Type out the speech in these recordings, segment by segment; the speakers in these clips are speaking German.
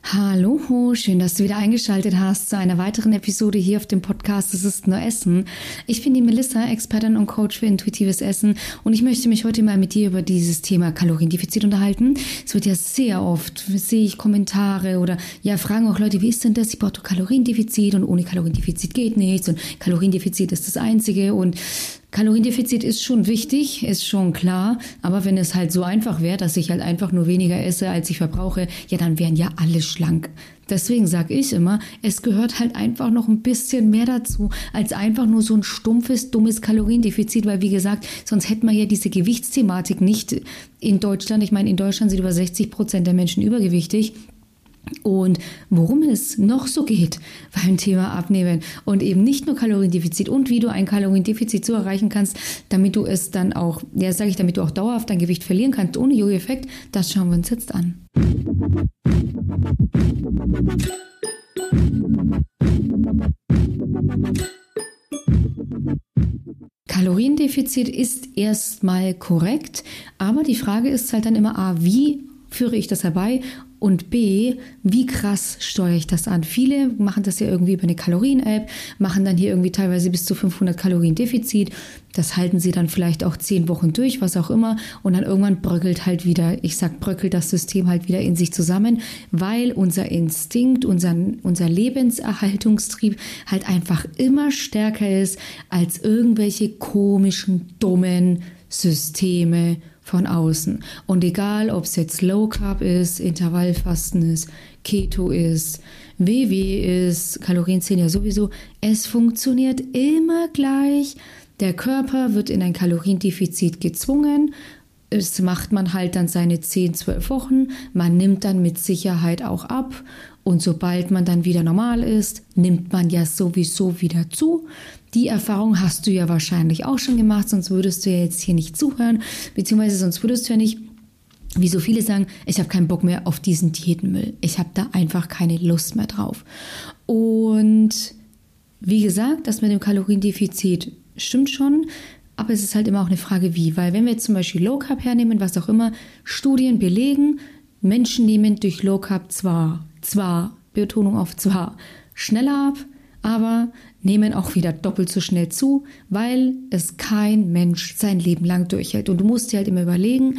Hallo, schön, dass du wieder eingeschaltet hast zu einer weiteren Episode hier auf dem Podcast Es ist nur Essen. Ich bin die Melissa, Expertin und Coach für intuitives Essen und ich möchte mich heute mal mit dir über dieses Thema Kaloriendefizit unterhalten. Es wird ja sehr oft, sehe ich Kommentare oder ja, fragen auch Leute, wie ist denn das? Ich brauche doch Kaloriendefizit und ohne Kaloriendefizit geht nichts und Kaloriendefizit ist das Einzige und Kaloriendefizit ist schon wichtig, ist schon klar, aber wenn es halt so einfach wäre, dass ich halt einfach nur weniger esse, als ich verbrauche, ja, dann wären ja alle schlank. Deswegen sage ich immer, es gehört halt einfach noch ein bisschen mehr dazu, als einfach nur so ein stumpfes, dummes Kaloriendefizit, weil wie gesagt, sonst hätten wir ja diese Gewichtsthematik nicht in Deutschland. Ich meine, in Deutschland sind über 60% der Menschen übergewichtig. Und worum es noch so geht beim Thema Abnehmen und eben nicht nur Kaloriendefizit und wie du ein Kaloriendefizit so erreichen kannst, damit du es dann auch, ja sage ich, damit du auch dauerhaft dein Gewicht verlieren kannst ohne Jojo-Effekt, das schauen wir uns jetzt an. Kaloriendefizit ist erstmal korrekt, aber die Frage ist halt dann immer A, wie führe ich das herbei? Und B, wie krass steuere ich das an? Viele machen das ja irgendwie über eine Kalorien-App, machen dann hier irgendwie teilweise bis zu 500 Kalorien Defizit. Das halten sie dann vielleicht auch 10 Wochen durch, was auch immer. Und dann irgendwann bröckelt halt wieder, bröckelt das System halt wieder in sich zusammen, weil unser Instinkt, unser Lebenserhaltungstrieb halt einfach immer stärker ist als irgendwelche komischen, dummen Systeme von außen. Und egal, ob es jetzt Low Carb ist, Intervallfasten ist, Keto ist, WW ist, Kalorien zählen ja sowieso, es funktioniert immer gleich. Der Körper wird in ein Kaloriendefizit gezwungen. Das macht man halt dann seine 10, 12 Wochen. Man nimmt dann mit Sicherheit auch ab. Und sobald man dann wieder normal ist, nimmt man ja sowieso wieder zu. Die Erfahrung hast du ja wahrscheinlich auch schon gemacht, sonst würdest du ja jetzt hier nicht zuhören, beziehungsweise sonst würdest du ja nicht, wie so viele sagen, ich habe keinen Bock mehr auf diesen Diätenmüll. Ich habe da einfach keine Lust mehr drauf. Und wie gesagt, das mit dem Kaloriendefizit stimmt schon, aber es ist halt immer auch eine Frage wie, weil wenn wir jetzt zum Beispiel Low Carb hernehmen, was auch immer, Studien belegen, Menschen nehmen durch Low Carb zwar, Betonung auf zwar, schneller ab, aber nehmen auch wieder doppelt so schnell zu, weil es kein Mensch sein Leben lang durchhält. Und du musst dir halt immer überlegen,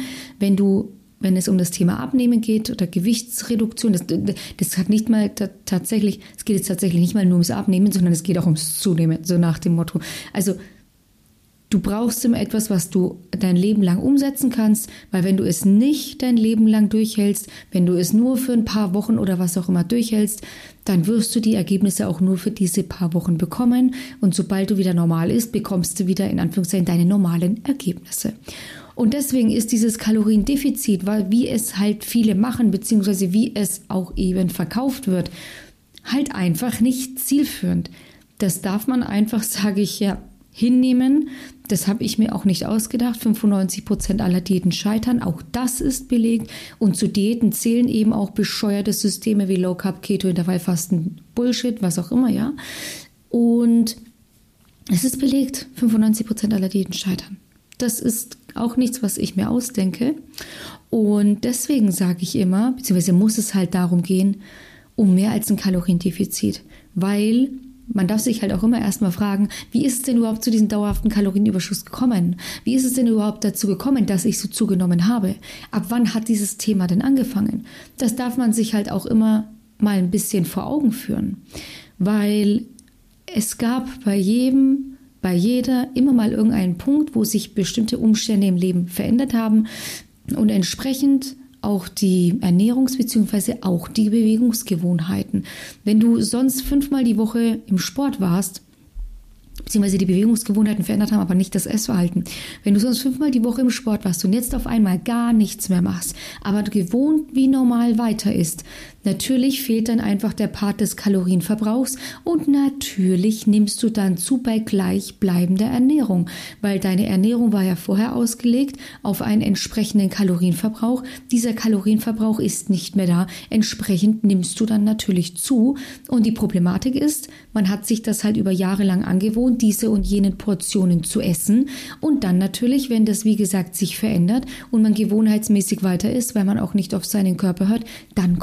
wenn es um das Thema Abnehmen geht oder Gewichtsreduktion, das hat nicht mal tatsächlich, es geht jetzt tatsächlich nicht mal nur ums Abnehmen, sondern es geht auch ums Zunehmen, so nach dem Motto. Also du brauchst immer etwas, was du dein Leben lang umsetzen kannst, weil wenn du es nicht dein Leben lang durchhältst, wenn du es nur für ein paar Wochen oder was auch immer durchhältst, dann wirst du die Ergebnisse auch nur für diese paar Wochen bekommen und sobald du wieder normal bist, bekommst du wieder in Anführungszeichen deine normalen Ergebnisse. Und deswegen ist dieses Kaloriendefizit, weil wie es halt viele machen, beziehungsweise wie es auch eben verkauft wird, halt einfach nicht zielführend. Das darf man einfach, sage ich ja, hinnehmen. Das habe ich mir auch nicht ausgedacht. 95% aller Diäten scheitern. Auch das ist belegt. Und zu Diäten zählen eben auch bescheuerte Systeme wie Low Carb, Keto, Intervallfasten, Bullshit, was auch immer, ja. Und es ist belegt. 95% aller Diäten scheitern. Das ist auch nichts, was ich mir ausdenke. Und deswegen sage ich immer, beziehungsweise muss es halt darum gehen, um mehr als ein Kaloriendefizit. Weil man darf sich halt auch immer erstmal fragen, wie ist es denn überhaupt zu diesem dauerhaften Kalorienüberschuss gekommen? Wie ist es denn überhaupt dazu gekommen, dass ich so zugenommen habe? Ab wann hat dieses Thema denn angefangen? Das darf man sich halt auch immer mal ein bisschen vor Augen führen. Weil es gab bei jeder immer mal irgendeinen Punkt, wo sich bestimmte Umstände im Leben verändert haben und entsprechend auch die Ernährungs- bzw. auch die Bewegungsgewohnheiten. Wenn du sonst 5-mal die Woche im Sport warst, beziehungsweise die Bewegungsgewohnheiten verändert haben, aber nicht das Essverhalten. Wenn du sonst 5-mal die Woche im Sport warst und jetzt auf einmal gar nichts mehr machst, aber du gewohnt wie normal weiter isst, natürlich fehlt dann einfach der Part des Kalorienverbrauchs und natürlich nimmst du dann zu bei gleichbleibender Ernährung, weil deine Ernährung war ja vorher ausgelegt auf einen entsprechenden Kalorienverbrauch. Dieser Kalorienverbrauch ist nicht mehr da, entsprechend nimmst du dann natürlich zu und die Problematik ist, man hat sich das halt über Jahre lang angewohnt, diese und jenen Portionen zu essen und dann natürlich, wenn das wie gesagt sich verändert und man gewohnheitsmäßig weiter isst, weil man auch nicht auf seinen Körper hört, dann kommen natürlich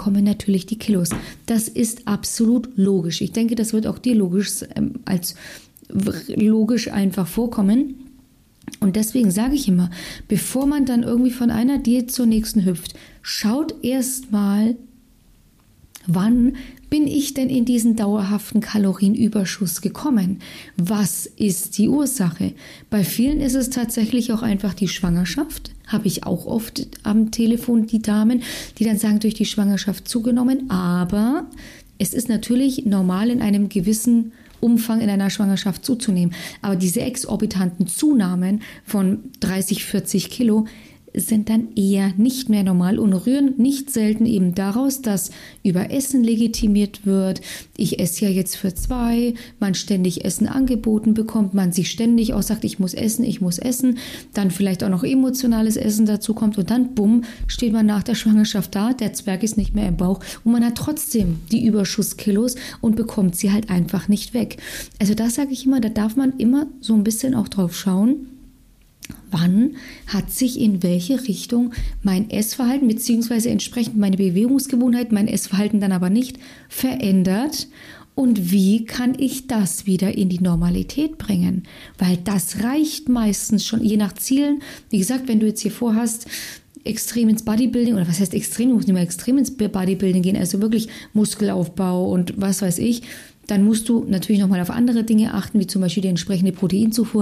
natürlich die Kilos. Das ist absolut logisch. Ich denke, das wird auch dir als logisch einfach vorkommen. Und deswegen sage ich immer, bevor man dann irgendwie von einer Diät zur nächsten hüpft, schaut erst mal, wann bin ich denn in diesen dauerhaften Kalorienüberschuss gekommen? Was ist die Ursache? Bei vielen ist es tatsächlich auch einfach die Schwangerschaft. Habe ich auch oft am Telefon die Damen, die dann sagen, durch die Schwangerschaft zugenommen. Aber es ist natürlich normal, in einem gewissen Umfang in einer Schwangerschaft zuzunehmen. Aber diese exorbitanten Zunahmen von 30, 40 Kilo sind dann eher nicht mehr normal und rühren nicht selten eben daraus, dass über Essen legitimiert wird. Ich esse ja jetzt für 2, man ständig Essen angeboten bekommt, man sich ständig auch sagt, ich muss essen, dann vielleicht auch noch emotionales Essen dazu kommt und dann bumm, steht man nach der Schwangerschaft da, der Zwerg ist nicht mehr im Bauch und man hat trotzdem die Überschusskilos und bekommt sie halt einfach nicht weg. Also das sage ich immer, da darf man immer so ein bisschen auch drauf schauen, wann hat sich in welche Richtung mein Essverhalten bzw. entsprechend meine Bewegungsgewohnheit, mein Essverhalten dann aber nicht verändert und wie kann ich das wieder in die Normalität bringen? Weil das reicht meistens schon, je nach Zielen. Wie gesagt, wenn du jetzt hier vorhast, extrem ins Bodybuilding, oder was heißt extrem, du musst nicht mal extrem ins Bodybuilding gehen, also wirklich Muskelaufbau und was weiß ich, dann musst du natürlich nochmal auf andere Dinge achten, wie zum Beispiel die entsprechende Proteinzufuhr.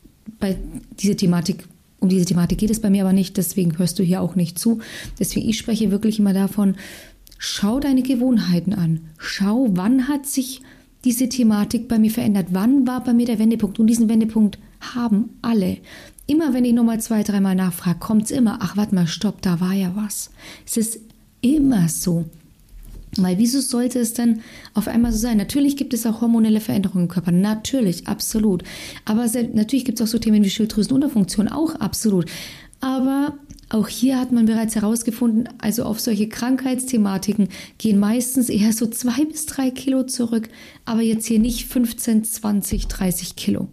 Um diese Thematik geht es bei mir aber nicht, deswegen hörst du hier auch nicht zu. Deswegen, ich spreche wirklich immer davon, schau deine Gewohnheiten an. Schau, wann hat sich diese Thematik bei mir verändert? Wann war bei mir der Wendepunkt? Und diesen Wendepunkt haben alle. Immer wenn ich nochmal 2, 3 Mal nachfrage, kommt es immer, ach warte mal, stopp, da war ja was. Es ist immer so. Weil wieso sollte es denn auf einmal so sein? Natürlich gibt es auch hormonelle Veränderungen im Körper, natürlich, absolut. Aber natürlich gibt es auch so Themen wie Schilddrüsenunterfunktion, auch absolut. Aber auch hier hat man bereits herausgefunden, also auf solche Krankheitsthematiken gehen meistens eher so 2 bis 3 Kilo zurück, aber jetzt hier nicht 15, 20, 30 Kilo.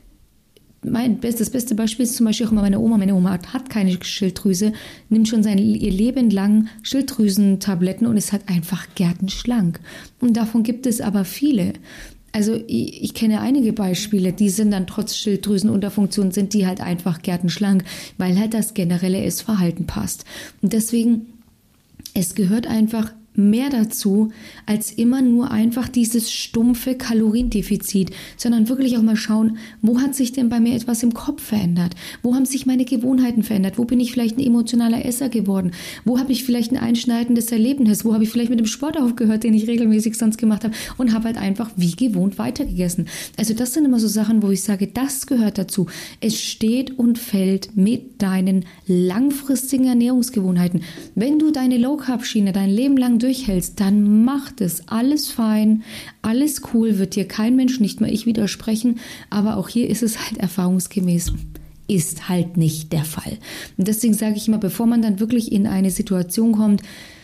Das beste Beispiel ist zum Beispiel auch immer meine Oma. Meine Oma hat keine Schilddrüse, nimmt schon ihr Leben lang Schilddrüsentabletten und ist halt einfach gärtenschlank. Und davon gibt es aber viele. Also ich kenne einige Beispiele, die sind dann trotz Schilddrüsenunterfunktion, sind die halt einfach gärtenschlank, weil halt das generelle Essverhalten passt. Und deswegen, es gehört einfach mehr dazu, als immer nur einfach dieses stumpfe Kaloriendefizit, sondern wirklich auch mal schauen, wo hat sich denn bei mir etwas im Kopf verändert? Wo haben sich meine Gewohnheiten verändert? Wo bin ich vielleicht ein emotionaler Esser geworden? Wo habe ich vielleicht ein einschneidendes Erlebnis? Wo habe ich vielleicht mit dem Sport aufgehört, den ich regelmäßig sonst gemacht habe und habe halt einfach wie gewohnt weitergegessen? Also das sind immer so Sachen, wo ich sage, das gehört dazu. Es steht und fällt mit deinen langfristigen Ernährungsgewohnheiten. Wenn du deine Low-Carb-Schiene dein Leben lang durchhältst, dann macht es alles fein, alles cool, wird dir kein Mensch, nicht mal ich widersprechen, aber auch hier ist es halt erfahrungsgemäß, ist halt nicht der Fall. Und deswegen sage ich immer, bevor man dann wirklich in eine Situation kommt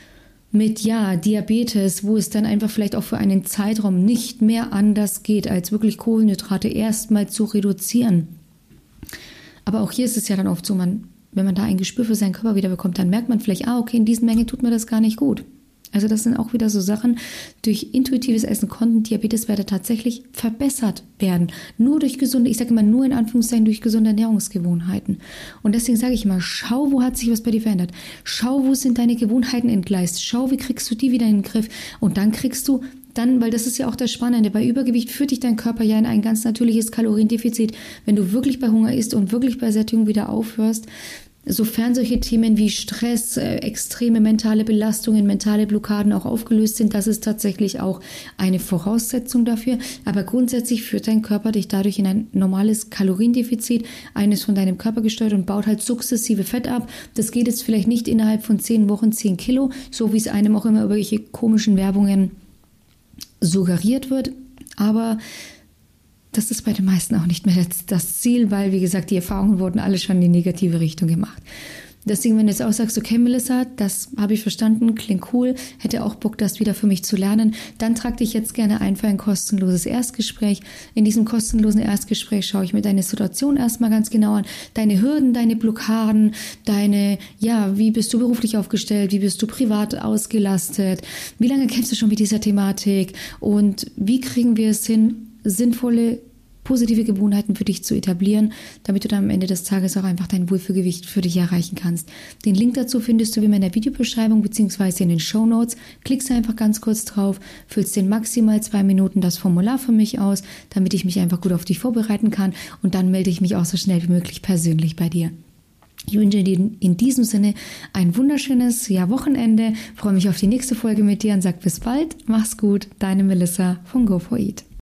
mit Diabetes, wo es dann einfach vielleicht auch für einen Zeitraum nicht mehr anders geht, als wirklich Kohlenhydrate erstmal zu reduzieren. Aber auch hier ist es ja dann oft so, wenn man da ein Gespür für seinen Körper wieder bekommt, dann merkt man vielleicht, okay, in diesen Mengen tut mir das gar nicht gut. Also das sind auch wieder so Sachen, durch intuitives Essen konnten Diabeteswerte tatsächlich verbessert werden. Nur durch gesunde, ich sage immer nur in Anführungszeichen durch gesunde Ernährungsgewohnheiten. Und deswegen sage ich immer, schau, wo hat sich was bei dir verändert. Schau, wo sind deine Gewohnheiten entgleist. Schau, wie kriegst du die wieder in den Griff. Und dann kriegst du weil das ist ja auch das Spannende, bei Übergewicht führt dich dein Körper ja in ein ganz natürliches Kaloriendefizit. Wenn du wirklich bei Hunger isst und wirklich bei Sättigung wieder aufhörst, sofern solche Themen wie Stress, extreme mentale Belastungen, mentale Blockaden auch aufgelöst sind, das ist tatsächlich auch eine Voraussetzung dafür. Aber grundsätzlich führt dein Körper dich dadurch in ein normales Kaloriendefizit, eines von deinem Körper gesteuert und baut halt sukzessive Fett ab. Das geht jetzt vielleicht nicht innerhalb von 10 Wochen 10 Kilo, so wie es einem auch immer über welche komischen Werbungen suggeriert wird. Aber das ist bei den meisten auch nicht mehr das Ziel, weil, wie gesagt, die Erfahrungen wurden alle schon in die negative Richtung gemacht. Deswegen, wenn du jetzt auch sagst, okay, Melissa, das habe ich verstanden, klingt cool, hätte auch Bock, das wieder für mich zu lernen, dann trag dich jetzt gerne ein für ein kostenloses Erstgespräch. In diesem kostenlosen Erstgespräch schaue ich mir deine Situation erstmal ganz genau an, deine Hürden, deine Blockaden, wie bist du beruflich aufgestellt, wie bist du privat ausgelastet, wie lange kämpfst du schon mit dieser Thematik und wie kriegen wir es hin, sinnvolle positive Gewohnheiten für dich zu etablieren, damit du dann am Ende des Tages auch einfach dein Wohlfühlgewicht für dich erreichen kannst. Den Link dazu findest du wie immer in der Videobeschreibung bzw. in den Shownotes. Klickst einfach ganz kurz drauf, füllst in maximal 2 Minuten das Formular für mich aus, damit ich mich einfach gut auf dich vorbereiten kann und dann melde ich mich auch so schnell wie möglich persönlich bei dir. Ich wünsche dir in diesem Sinne ein wunderschönes Wochenende, freue mich auf die nächste Folge mit dir und sag bis bald, mach's gut, deine Melissa von Go4Eat.